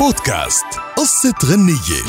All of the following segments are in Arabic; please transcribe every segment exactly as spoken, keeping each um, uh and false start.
بودكاست قصة غنية.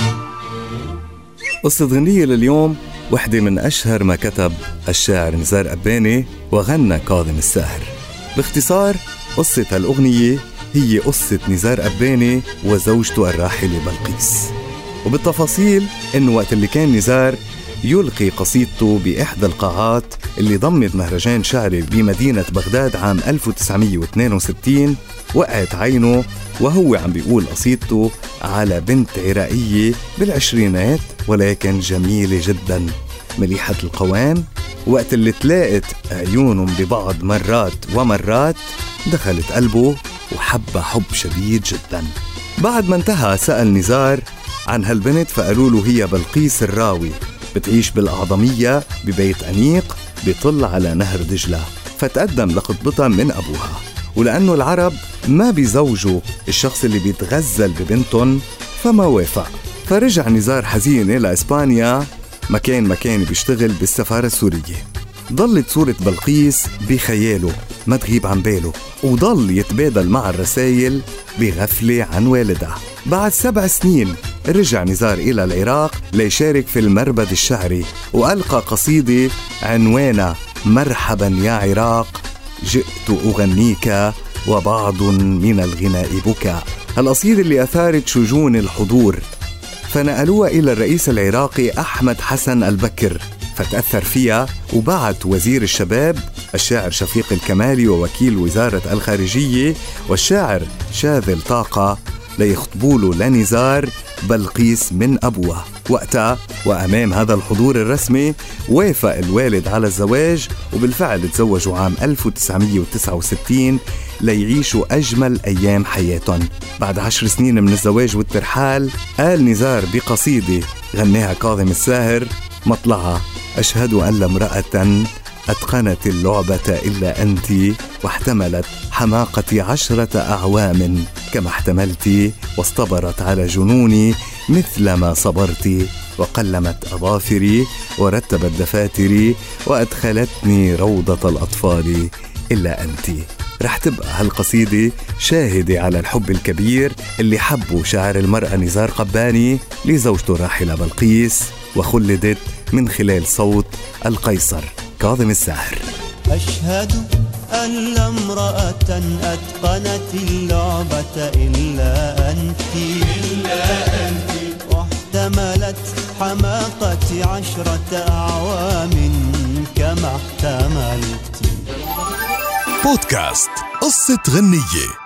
قصة غنية لليوم وحدة من أشهر ما كتب الشاعر نزار قباني وغنى كاظم الساهر. باختصار قصة هالأغنية هي قصة نزار قباني وزوجته الراحلة بلقيس، وبالتفاصيل إنه وقت اللي كان نزار يلقي قصيدته بإحدى القاعات اللي ضمت مهرجان شعري بمدينة بغداد عام ألف وتسعمية واثنين وستين، وقعت عينه وهو عم بيقول قصيدته على بنت عراقية بالعشرينات ولكن جميلة جدا مليحة القوام. وقت اللي تلاقت عيونهم ببعض مرات ومرات دخلت قلبه وحب حب شديد جدا. بعد ما انتهى سأل نزار عن هالبنت فقالوا له هي بلقيس الراوي، بتعيش بالأعظمية ببيت أنيق بيطل على نهر دجلة، فتقدم لخطبتها من أبوها، ولأنه العرب ما بيزوجوا الشخص اللي بيتغزل ببنتهم فما وافق. فرجع نزار حزين إلى إسبانيا مكان مكان بيشتغل بالسفارة السورية. ضلت صورة بلقيس بخياله ما تغيب عن باله، وضل يتبادل مع الرسائل بغفلة عن والدها. بعد سبع سنين رجع نزار إلى العراق ليشارك في المربد الشعري، وألقى قصيدة عنوانها مرحبا يا عراق جئت أغنيك وبعض من الغناء بكاء. القصيدة اللي أثارت شجون الحضور، فنقلوها إلى الرئيس العراقي أحمد حسن البكر، فتأثر فيها وبعت وزير الشباب الشاعر شفيق الكمالي ووكيل وزارة الخارجية والشاعر شاذل طاقة ليخطبوله لنزار بلقيس من أبوه. وقتها وأمام هذا الحضور الرسمي وافق الوالد على الزواج، وبالفعل تزوجوا عام ألف وتسعمية وتسعة وستين ليعيشوا أجمل أيام حياتهم. بعد عشر سنين من الزواج والترحال قال نزار بقصيدة غناها كاظم الساهر مطلعها: أشهد أن لا امرأة أتقنت اللعبة إلا أنت، واحتملت حماقتي عشرة أعوام كما احتملت، واصطبرت على جنوني مثل ما صبرت، وقلمت أظافري ورتبت دفاتري، وأدخلتني روضة الأطفال إلا أنت. رح تبقى هالقصيدة شاهدة على الحب الكبير اللي حبه شاعر المرأة نزار قباني لزوجته الراحلة بلقيس، وخلدت من خلال صوت القيصر كاظم الساهر. أشهد أن لا امرأة أتقنت اللعبة إلا أنت، إلا أنت، واحتملت حماقتي عشرة أعوام كما احتملت. بودكاست قصة غنية.